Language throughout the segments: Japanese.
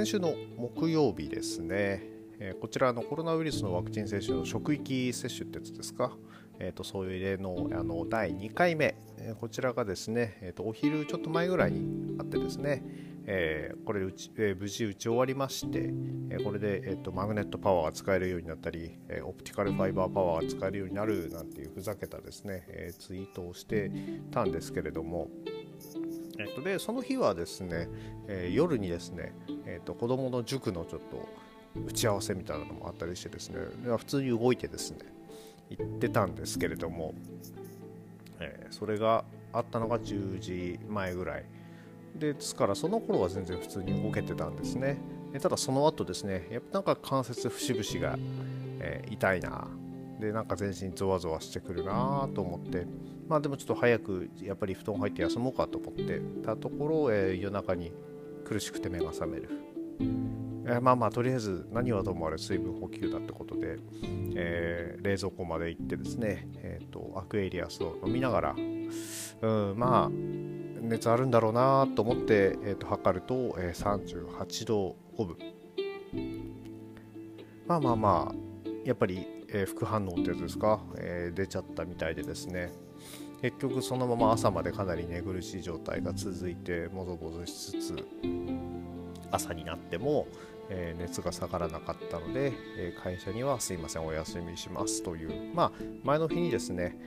週の木曜日ですね、こちらコロナウイルスのワクチン接種の職域接種ってやつですか、そういう例の第2回目、こちらがですね、お昼ちょっと前ぐらいにあってですね、これ無事打ち終わりまして、これで、マグネットパワーが使えるようになったり、オプティカルファイバーパワーが使えるようになるなんていうふざけたですね、ツイートをしてたんですけれども、でその日はですね、夜にですね、子どもの塾のちょっと打ち合わせみたいなのもあったりしてですね、普通に動いてですね行ってたんですけれども、それがあったのが10時前ぐらいですから、その頃は全然普通に動けてたんですね。ただその後ですね、やっぱなんか関節節々が、痛いなで、なんか全身ゾワゾワしてくるなと思って、でもちょっと早くやっぱり布団入って休もうかと思ってたところ、夜中に苦しくて目が覚める。とりあえず何はともあれ水分補給だってことで、冷蔵庫まで行ってですね、アクエリアスを飲みながら、熱あるんだろうなと思って、測ると、38度5分。やっぱり、副反応ってやつですか、出ちゃったみたいでですね、結局そのまま朝までかなり寝苦しい状態が続いて、もぞもぞしつつ朝になっても、熱が下がらなかったので、会社にはすいませんお休みしますという、前の日にですね、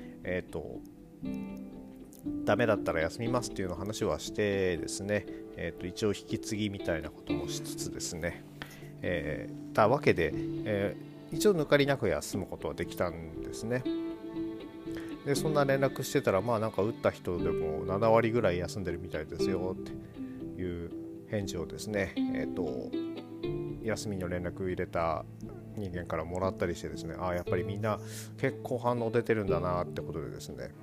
ダメだったら休みますっていうの話はしてですね、一応引き継ぎみたいなこともしつつですね、たわけで、一応抜かりなく休むことはできたんですね。でそんな連絡してたら、なんか打った人でも7割ぐらい休んでるみたいですよっていう返事をですね、休みの連絡を入れた人間からもらったりしてですね、やっぱりみんな結構反応出てるんだなってことでですね、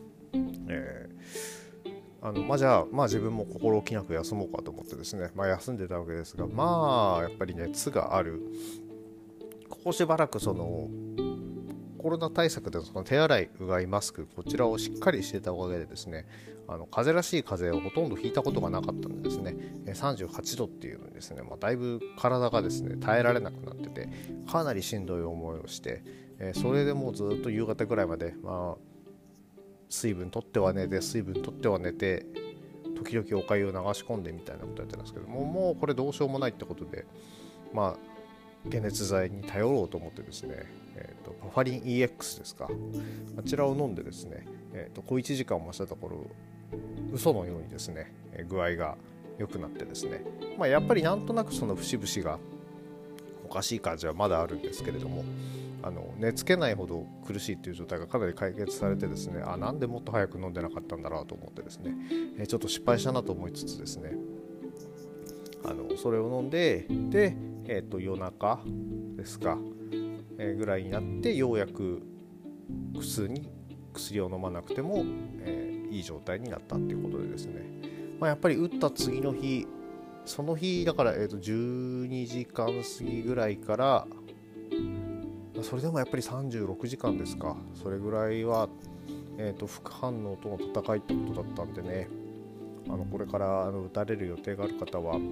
じゃあ自分も心置きなく休もうかと思ってですね、休んでたわけですが、やっぱり熱がある。ここしばらくそのコロナ対策でその手洗い、うがい、マスク、こちらをしっかりしてたおかげでですね、風邪らしい風邪をほとんどひいたことがなかったんでですね、38度っていうのにですね、だいぶ体がですね耐えられなくなってて、かなりしんどい思いをして、それでもうずっと夕方ぐらいまで、水分取っては寝て、水分取っては寝て、時々お粥を流し込んでみたいなことやってたんですけどもうこれどうしようもないってことで、解熱剤に頼ろうと思ってですね、パファリン EX ですか、あちらを飲んでですね、小1時間もしたところ、嘘のようにですね具合が良くなってですね、やっぱりなんとなくその節々がおかしい感じはまだあるんですけれども、寝つけないほど苦しいという状態がかなり解決されてですね、なんでもっと早く飲んでなかったんだろうと思ってですね、ちょっと失敗したなと思いつつですね、それを飲んで、夜中ですか、ぐらいになってようやく普通に薬を飲まなくても、いい状態になったっていうことでですね、やっぱり打った次の日、その日だから、12時間過ぎぐらいから、それでもやっぱり36時間ですか、それぐらいは、副反応との戦いってことだったんでね、これから打たれる予定がある方は、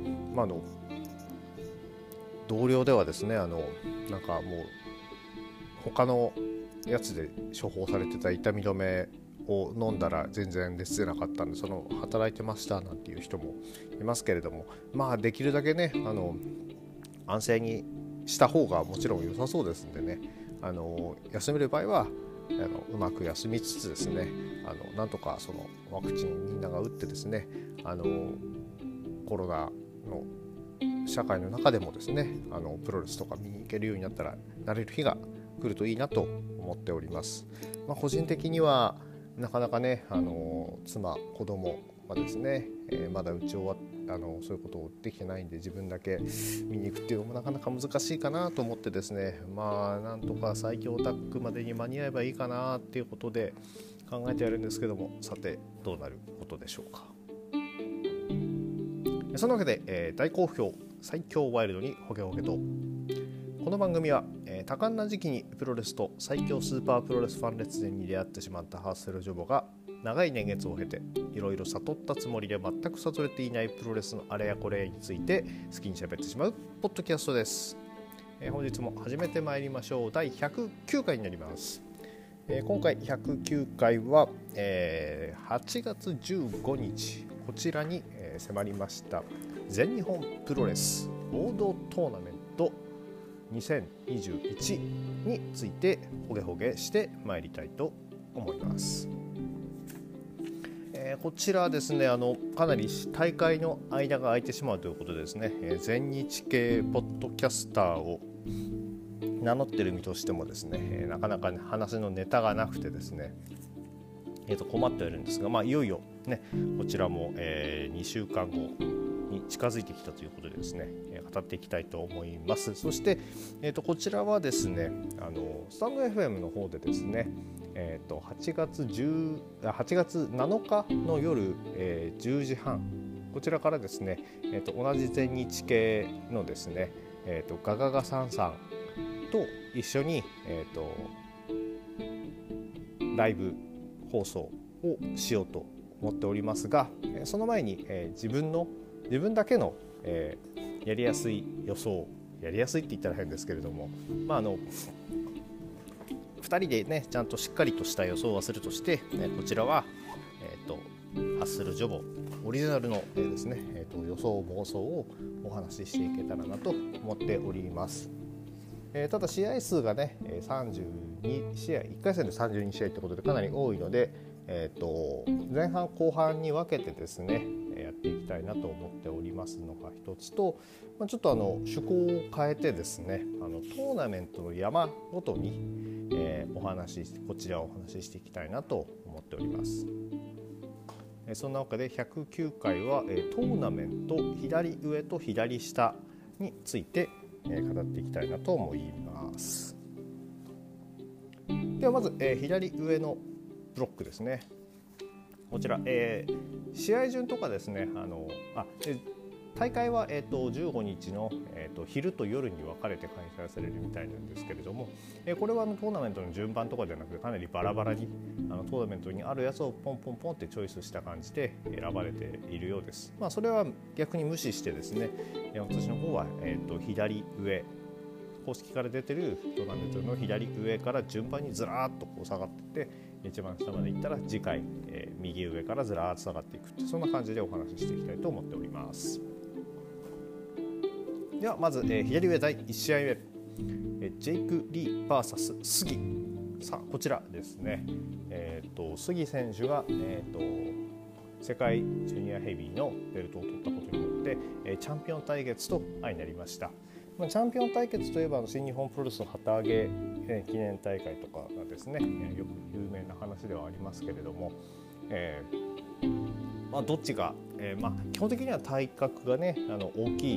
同僚ではですね、なんかもう他のやつで処方されてた痛み止めを飲んだら全然熱出なかったんで、働いてましたなんていう人もいますけれども、できるだけね安静にした方がもちろん良さそうですんでね、休める場合はうまく休みつつですね、なんとかそのワクチンみんなが打ってですね、コロナの社会の中でもですね、プロレスとか見に行けるようになったら、なれる日が来るといいなと思っております。個人的にはなかなかね、妻、子供はですね、まだ打ち終わそういうことをできてないんで、自分だけ見に行くっていうのもなかなか難しいかなと思ってですね、なんとか最強タッグまでに間に合えばいいかなっていうことで考えてやるんですけども、さてどうなることでしょうか。そのわけで、大好評最強ワイルドにホゲホゲと。この番組は、多感な時期にプロレスと最強スーパープロレスファン列伝に出会ってしまったハッセルジョボが長い年月を経ていろいろ悟ったつもりで全く悟れていないプロレスのあれやこれについて好きに喋ってしまうポッドキャストです。本日も始めてまいりましょう。第109回になります。今回109回は、8月15日こちらに、迫りました全日本プロレス王道トーナメント2021についてほげほげしてまいりたいと思います。こちらですね、かなり大会の間が空いてしまうということでですね、全日系ポッドキャスターを名乗ってる身としてもですね、なかなか、話のネタがなくてですね、困ってはいるんですが、いよいよねこちらも、2週間後に近づいてきたということでですね、語っていきたいと思います。そして、こちらはですね、スタンド FM の方でですね、8月7日の夜、10時半こちらからですね、同じ全日系のですね、ガガガさんさんと一緒に、ライブ放送をしようと思っておりますが、その前に、自分だけの、やりやすい予想、やりやすいって言ったら変ですけれども、2人でねちゃんとしっかりとした予想はするとして、こちらは、ハッスルジョボオリジナルの、ですね、予想妄想をお話ししていけたらなと思っております。ただ試合数がね32試合1回戦で32試合ということでかなり多いので、前半後半に分けてですねやっていきたいなと思っておりますのが一つと、ちょっと趣向を変えてですねトーナメントの山ごとに、こちらをお話ししていきたいなと思っております。そんなわけで109回は、トーナメント左上と左下について、語っていきたいなと思います。ではまず、左上のブロックですね。こちら、試合順とかですね大会は、15日の、昼と夜に分かれて開催されるみたいなんですけれども、これはトーナメントの順番とかじゃなくてかなりバラバラにトーナメントにあるやつをポンポンポンってチョイスした感じで選ばれているようです。それは逆に無視してですね、私の方は、左上公式から出てるトーナメントの左上から順番にずらーっとこう下がっていって一番下までいったら次回、右上からずらーっと下がっていくってそんな感じでお話ししていきたいと思っております。ではまず、左上第1試合目、ジェイク・リー VS 杉さあこちらですね、杉選手が、世界ジュニアヘビーのベルトを取ったことによって、チャンピオン対決と相なりました。チャンピオン対決といえば新日本プロレスの旗揚げ、記念大会とかがですね、よく有名な話ではありますけれども、どっちが、基本的には体格がね大きい、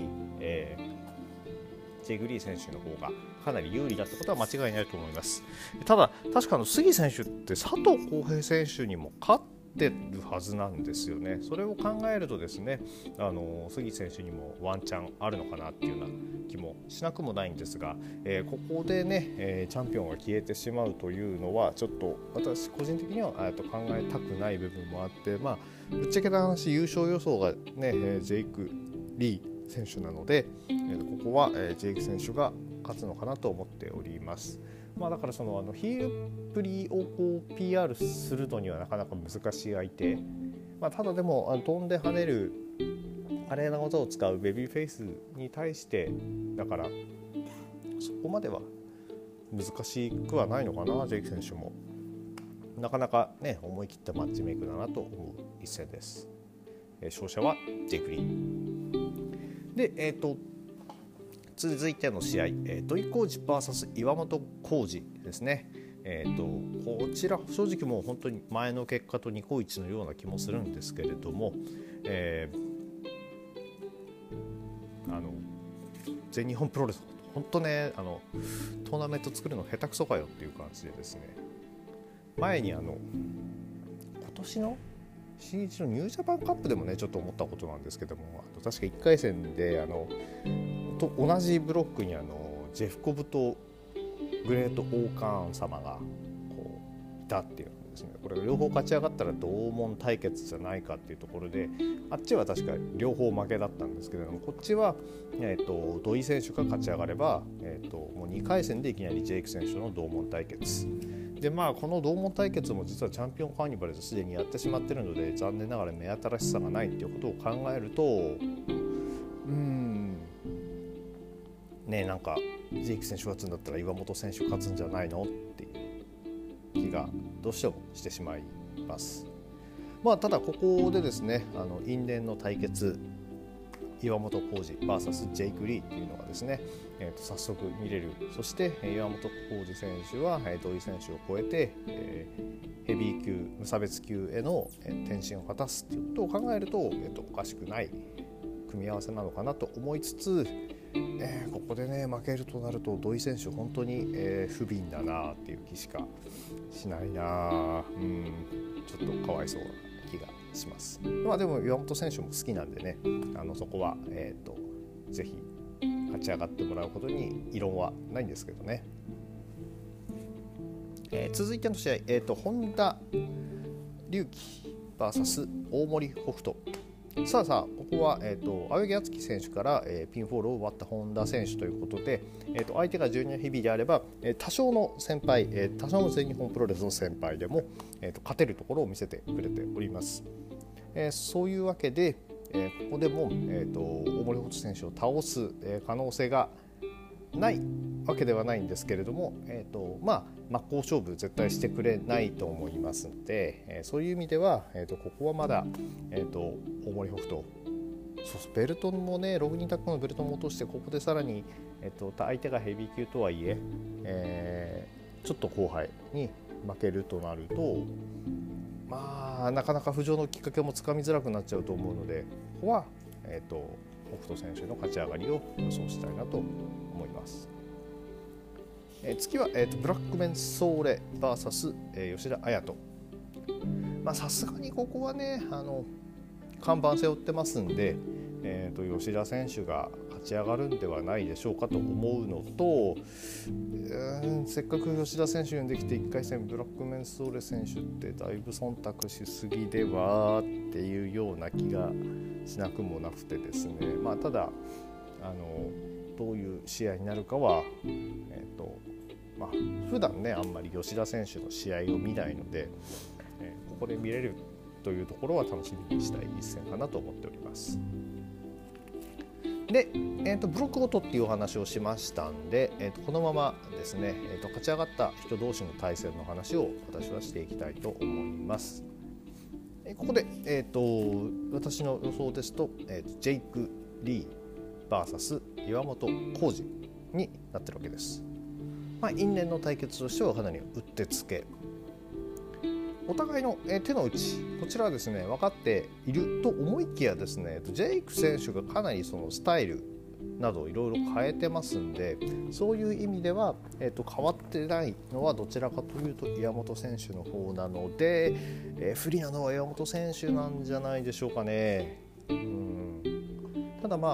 ジェイク・リー選手の方がかなり有利だってことは間違いないと思います。ただ確か杉選手って佐藤浩平選手にも勝ってるはずなんですよね。それを考えるとですね杉選手にもワンチャンあるのかなっていうような気もしなくもないんですが、ここでね、チャンピオンが消えてしまうというのはちょっと私個人的には考えたくない部分もあって、ぶっちゃけた話優勝予想がねジェイク・リー選手なので、ここはジェイク選手が勝つのかなと思っております。だからヒールプリをこう PR するのにはなかなか難しい相手、ただでも飛んで跳ねる華麗な技を使うベビーフェイスに対してだからそこまでは難しくはないのかな。ジェイク選手もなかなかね思い切ったマッチメイクだなと思う一戦です。勝者はジェイク・リーで、続いての試合、土井浩二 VS 岩本浩二ですね。こちら正直もう本当に前の結果とニコイチのような気もするんですけれども、全日本プロレス本当ねトーナメント作るの下手くそかよっていう感じでですね、前に今年の新日のニュージャパンカップでもねちょっと思ったことなんですけども、確か1回戦でと同じブロックにジェフコブとグレート・オーカーン様がこういたっていうのでですね、これ両方勝ち上がったら同門対決じゃないかっていうところで、あっちは確か両方負けだったんですけれども、こっちは、土井選手が勝ち上がれば、もう2回戦でいきなりジェイク選手の同門対決で、この同門対決も実はチャンピオンカーニバルですでにやってしまっているので、残念ながら目新しさがないっていうことを考えると、なんかジェイク選手勝つんだったら岩本選手勝つんじゃないのっていう気がどうしてもしてしまいます。ただここでですね、因縁の対決、岩本浩二 VS ジェイク・リーっていうのがですね、早速見れる。そして岩本浩二選手は土井選手を超えて、ヘビー級無差別級への転身を果たすっていうことを考えると、おかしくない組み合わせなのかなと思いつつ、ここでね負けるとなると土井選手本当に、不憫だなっていう気しかしないな。ちょっとかわいそうな気がします。でも岩本選手も好きなんでね、そこは、ぜひ勝ち上がってもらうことに異論はないんですけどね。続いての試合、本田隆起 VS 大森北斗。さあここは、青柳敦樹選手から、ピンフォールを割った本田選手ということで、相手がジュニアヘビーであれば、多少の先輩、多少の全日本プロレスの先輩でも、勝てるところを見せてくれております。そういうわけで、ここでも、大森北斗選手を倒す、可能性がないわけではないんですけれども、真っ向勝負絶対してくれないと思いますので、そういう意味では、ここはまだ、大森北斗、ベルトもね6人タッグのベルトも落として、ここでさらに、相手がヘビー級とはいえちょっと後輩に負けるとなると、なかなか浮上のきっかけもつかみづらくなっちゃうと思うので、ここは、北斗選手の勝ち上がりを予想したいなと思います。次は、ブラックメンソーレ VS、吉田彩斗。さすがにここはね看板背負ってますんで、吉田選手が勝ち上がるんではないでしょうかと思うのと、せっかく吉田選手にできて1回戦ブラックメンソーレ選手ってだいぶ忖度しすぎではっていうような気がしなくもなくてですね、ただどういう試合になるかは、普段ねあんまり吉田選手の試合を見ないので、ここで見れるというところは楽しみにしたい一戦かなと思っております。で、ブロックごとっていうお話をしましたんで、このままですね、勝ち上がった人同士の対戦の話を私はしていきたいと思います。ここで、私の予想ですと、ジェイク・リー VS 岩本浩二になってるわけです。因縁の対決としてはかなりうってつけ、お互いの手の内、こちらはですね分かっていると思いきやですね、ジェイク選手がかなりそのスタイルなどいろいろ変えてますんで、そういう意味では、変わってないのはどちらかというと岩本選手の方なので、不利なのは岩本選手なんじゃないでしょうかね。ただ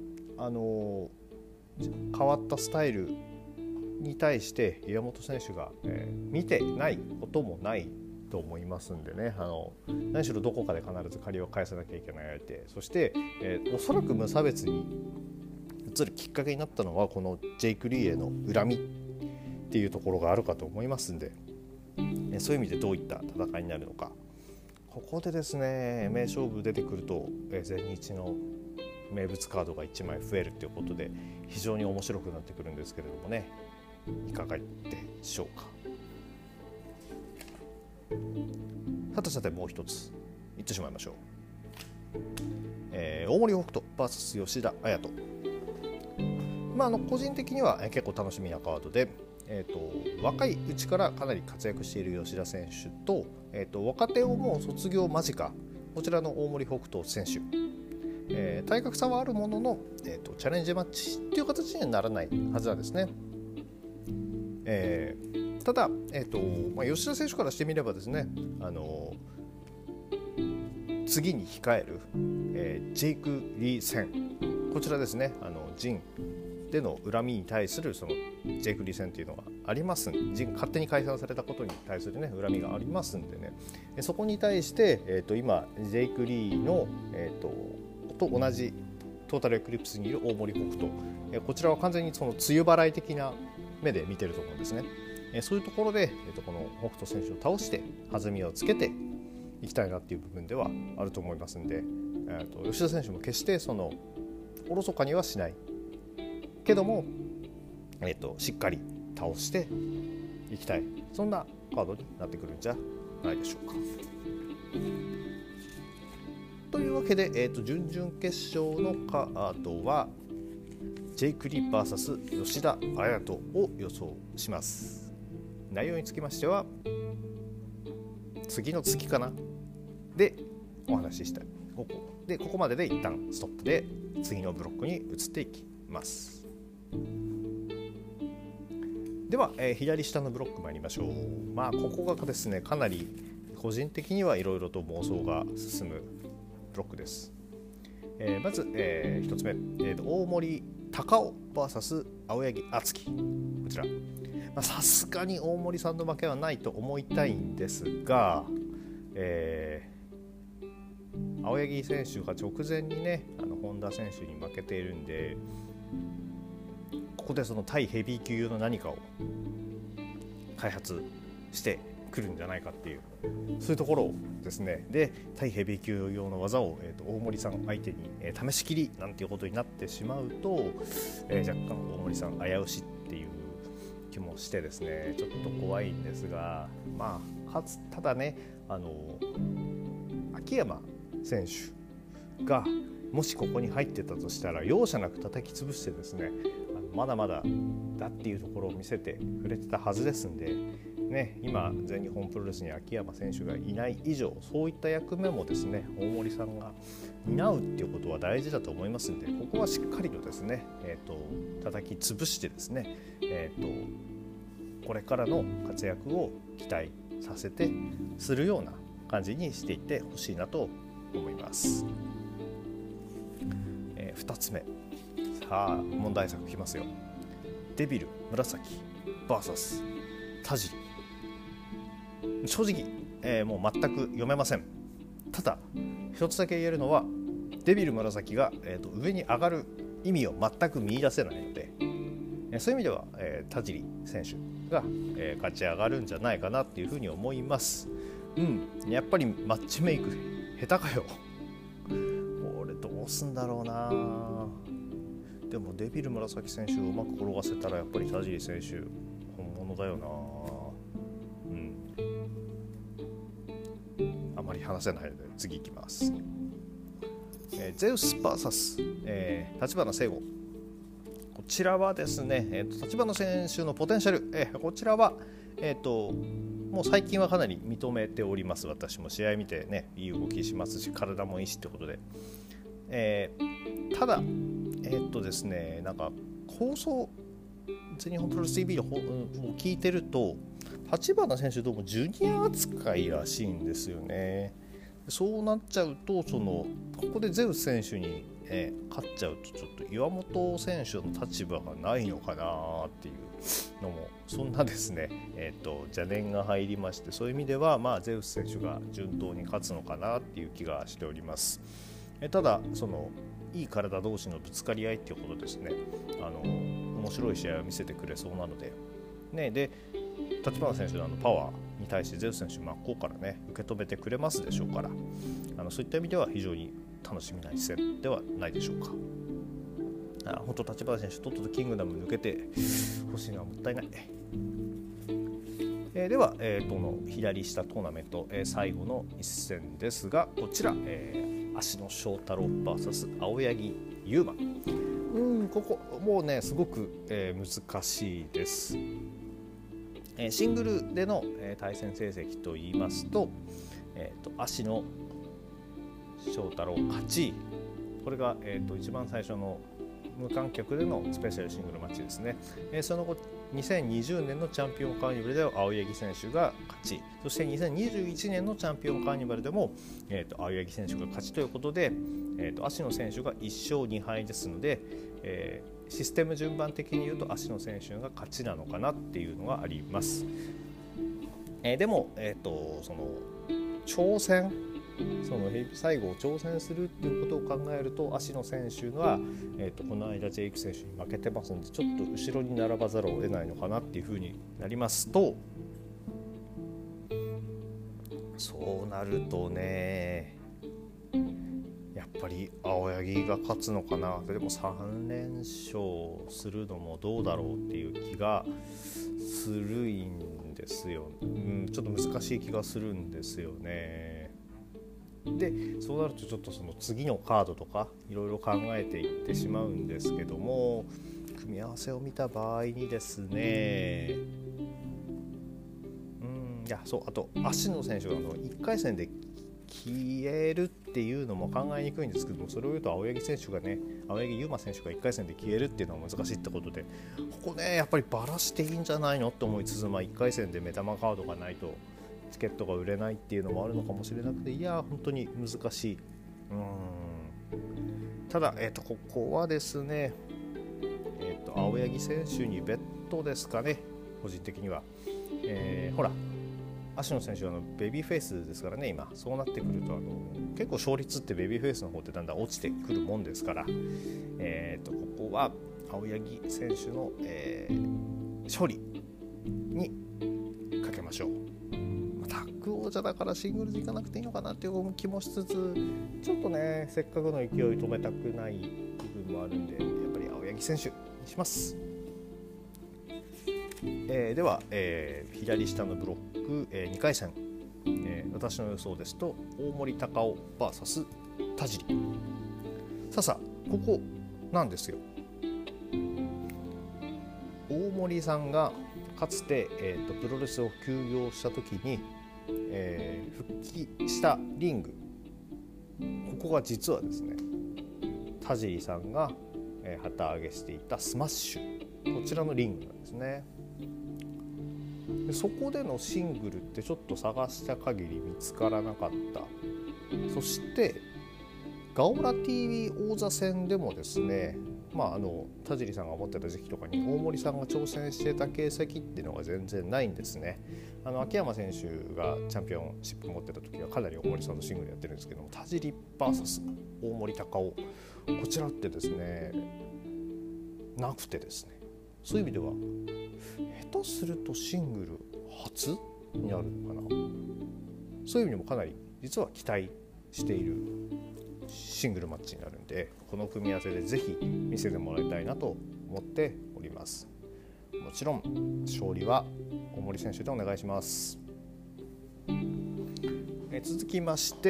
変わったスタイルに対して岩本選手が、見てないこともないと思いますんでね、何しろどこかで必ず借りを返さなきゃいけない相手、そして、おそらく無差別に移るきっかけになったのはこのジェイク・リーへの恨みっていうところがあるかと思いますんで、そういう意味でどういった戦いになるのか、ここでですね名勝負出てくると、全日の名物カードが1枚増えるということで非常に面白くなってくるんですけれどもね、いかがでしょうか。さてもう一つ言ってしまいましょう。大森北斗 VS 吉田彩斗。個人的には結構楽しみなカードで、若いうちからかなり活躍している吉田選手と、若手をもう卒業間近、こちらの大森北斗選手、体格差はあるものの、チャレンジマッチという形にはならないはずなんですね。ただ、吉田選手からしてみればですね、次に控える、ジェイク・リー戦、こちらですね、ジンでの恨みに対するそのジェイク・リー戦っていうのがあります勝手に解散されたことに対するね恨みがありますんでね、そこに対して、今ジェイク・リーの、と同じトータルエクリプスにいる大森北斗、こちらは完全にその梅雨払い的な目で見てると思うんですね。そういうところで、この北斗選手を倒して弾みをつけていきたいなっていう部分ではあると思いますんで、吉田選手も決してそのおろそかにはしないけども、しっかり倒していきたい、そんなカードになってくるんじゃないでしょうか。というわけで、準々決勝のカードはジェイク・リー VS 吉田彩斗を予想します。内容につきましては次の月かなでお話ししたい。ここまでで一旦ストップで次のブロックに移っていきます。では、左下のブロック参りましょう。ここがですねかなり個人的にはいろいろと妄想が進むブロックです。まず、1つ目、大森高尾 VS 青柳敦樹、こちらさすがに大森さんの負けはないと思いたいんですが、青柳選手が直前にね本田選手に負けているんで、ここでその対ヘビー級用の何かを開発してくるんじゃないかっていう、そういうところですね。で対ヘビー級用の技を、大森さん相手に、試し切りなんていうことになってしまうと、若干大森さん危うしっていう気もしてですね、ちょっと怖いんですが、ただね秋山選手がもしここに入ってたとしたら容赦なく叩き潰してですね、まだまだだっていうところを見せてくれてたはずですんで、ね、今全日本プロレスに秋山選手がいない以上、そういった役目もですね大森さんが担うっていうことは大事だと思いますんで、ここはしっかりとですね、叩き潰してですね、これからの活躍を期待させてするような感じにしていってほしいなと思います。2つ目、さあ問題作きますよ。デビル紫 VS 田尻、正直、もう全く読めません。ただ一つだけ言えるのはデビル紫が、上に上がる意味を全く見出せないので、そういう意味では、田尻選手が、勝ち上がるんじゃないかなっていうふうに思います。やっぱりマッチメイク下手かよこれどうすんだろうな。でもデビル紫選手をうまく転がせたらやっぱり田尻選手本物だよな。あまり話せないので次いきます。ゼウス VS、立花聖吾、こちらはですね、立花選手のポテンシャル、こちらは、もう最近はかなり認めております。私も試合見てねいい動きしますし体もいいしってことで、ただですね、なんか放送全日本プロレス TV を聞いてると立花選手どうもジュニア扱いらしいんですよね。そうなっちゃうとここでゼウス選手に、勝っちゃうとちょっと岩本選手の立場がないのかなっていうのもそんなですね、邪念が入りまして、そういう意味ではゼウス選手が順当に勝つのかなっていう気がしております。ただいい体同士のぶつかり合いっていうことですね、面白い試合を見せてくれそうなので、で立花選手のパワーに対してゼウス選手真っ向からね受け止めてくれますでしょうから、そういった意味では非常に楽しみな一戦ではないでしょうか。本当立花選手とっととキングダム抜けてほしいのはもったいない。では、この左下トーナメント、最後の一戦ですが、こちら、芦野翔太郎 VS 青柳優馬。ここもうねすごく、難しいです。シングルでの、対戦成績といいますと、芦野翔太郎勝ち、これが、一番最初の無観客でのスペシャルシングルマッチですね。その後2020年のチャンピオンカーニバルでは青柳選手が勝ち、そして2021年のチャンピオンカーニバルでも、青柳選手が勝ちということで、芦野選手が1勝2敗ですので、 システム順番的に言うと芦野選手が勝ちなのかなっていうのがあります。でも、その挑戦、最後挑戦するっていうことを考えると芦野選手が、この間ジェイク選手に負けてますので、ちょっと後ろに並ばざるを得ないのかなっていうふうになりますと、そうなるとね、やっぱり青柳が勝つのかな。でも3連勝するのもどうだろうっていう気がするんですよ、ちょっと難しい気がするんですよね。でそうなるとちょっとその次のカードとかいろいろ考えていってしまうんですけども、組み合わせを見た場合にですね、あと芦野選手が1回戦で消えるっていうのも考えにくいんですけども、それを言うと青柳選手がね、青柳優馬選手が1回戦で消えるっていうのは難しいってことで、ここねやっぱりバラしていいんじゃないのって思いつつ、1回戦で目玉カードがないとチケットが売れないっていうのもあるのかもしれなくて、いや本当に難しい。ただ、ここはですね、青柳選手にベットですかね、個人的には。ほら芦野選手はベビーフェイスですからね、今そうなってくると結構勝率ってベビーフェイスの方ってだんだん落ちてくるもんですから、ここは青柳選手の、勝利にかけましょう。タッグ王者だからシングルでいかなくていいのかなっていう気もしつつ、ちょっとねせっかくの勢い止めたくない部分もあるんで、やっぱり青柳選手にします。では、左下のブロック、2回戦、私の予想ですと大森隆夫 VS 田尻。さあここなんですよ。大森さんがかつて、プロレスを休業した時に、復帰したリング、ここが実はですね田尻さんが、旗揚げしていたスマッシュ、こちらのリングなんですね。でそこでのシングルってちょっと探した限り見つからなかった。そしてガオラ TV 王座戦でもですね、田尻さんが持ってた時期とかに大森さんが挑戦してた形跡っていうのが全然ないんですね。秋山選手がチャンピオンシップ持ってた時はかなり大森さんのシングルやってるんですけども、田尻 VS 大森隆夫、こちらってですねなくてですね、そういう意味では下手するとシングル初になるのかな。そういう意味でもかなり実は期待しているシングルマッチになるんで、この組み合わせでぜひ見せてもらいたいなと思っております。もちろん勝利は大森選手でお願いします。続きまして、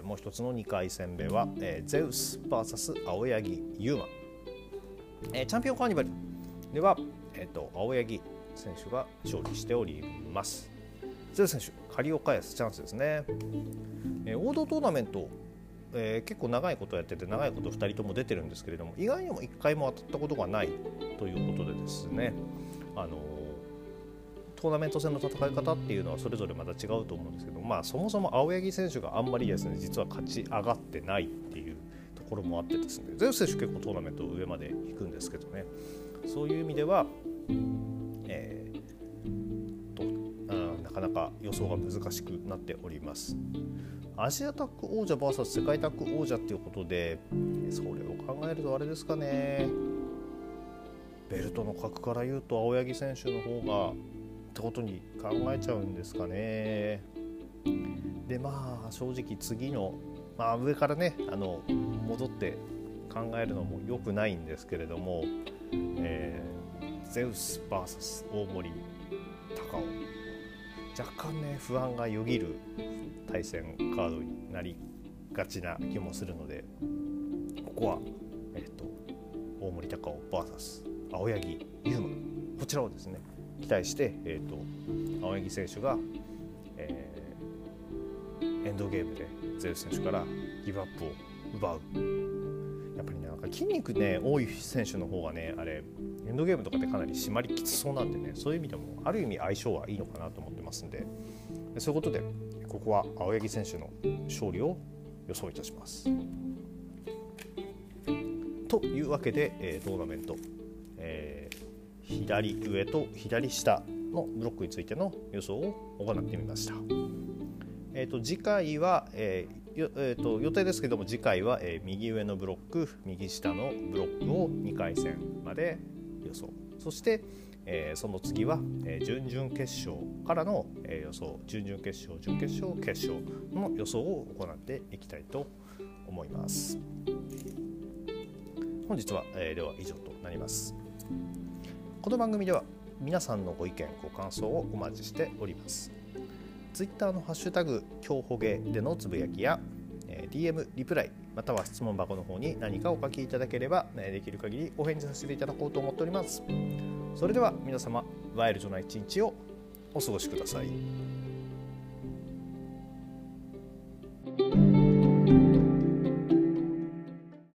もう一つの2回戦目は、ゼウス VS 青柳優馬、チャンピオンカーニバルでは、青柳選手が勝利しております。ゼウス選手借りを返すチャンスですね。王道トーナメント、結構長いことやってて、長いこと2人とも出てるんですけれども、意外にも1回も当たったことがないということでですね、トーナメント戦の戦い方っていうのはそれぞれまた違うと思うんですけど、そもそも青柳選手があんまりですね実は勝ち上がってないっていうところもあってですね、ゼウス選手結構トーナメント上まで行くんですけどね、そういう意味では、なかなか予想が難しくなっております。アジアタック王者 VS 世界タック王者っていうことで、それを考えるとあれですかね、ベルトの格から言うと青柳選手の方がってことに考えちゃうんですかね。で正直次の、上からね戻って考えるのも良くないんですけれども、ゼウス VS 大森隆夫、若干ね不安がよぎる対戦カードになりがちな気もするので、ここは、大森隆夫 VS 青柳優馬、こちらをですね期待して、青柳選手が、エンドゲームでゼウス選手からギブアップを奪う。やっぱりね筋肉ね多い選手の方がねエンドゲームとかってかなり締まりきつそうなんでね、そういう意味でもある意味相性はいいのかなと思ってますんで、そういうことでここは青柳選手の勝利を予想いたします。 というわけで、トーナメント、左上と左下のブロックについての予想を行ってみました。次回は、予定ですけども、次回は、右上のブロック、右下のブロックを2回戦まで予想、そして、その次は、準々決勝からの、予想、準々決勝、準決勝、決勝の予想を行っていきたいと思います。本日は、では以上となります。この番組では皆さんのご意見ご感想をお待ちしております。ツイッターのハッシュタグ今日ほげでのつぶやきや、DM リプライまたは質問箱の方に何かお書きいただければ、できる限りお返事させていただこうと思っております。それでは皆様ワイルドな一日をお過ごしください。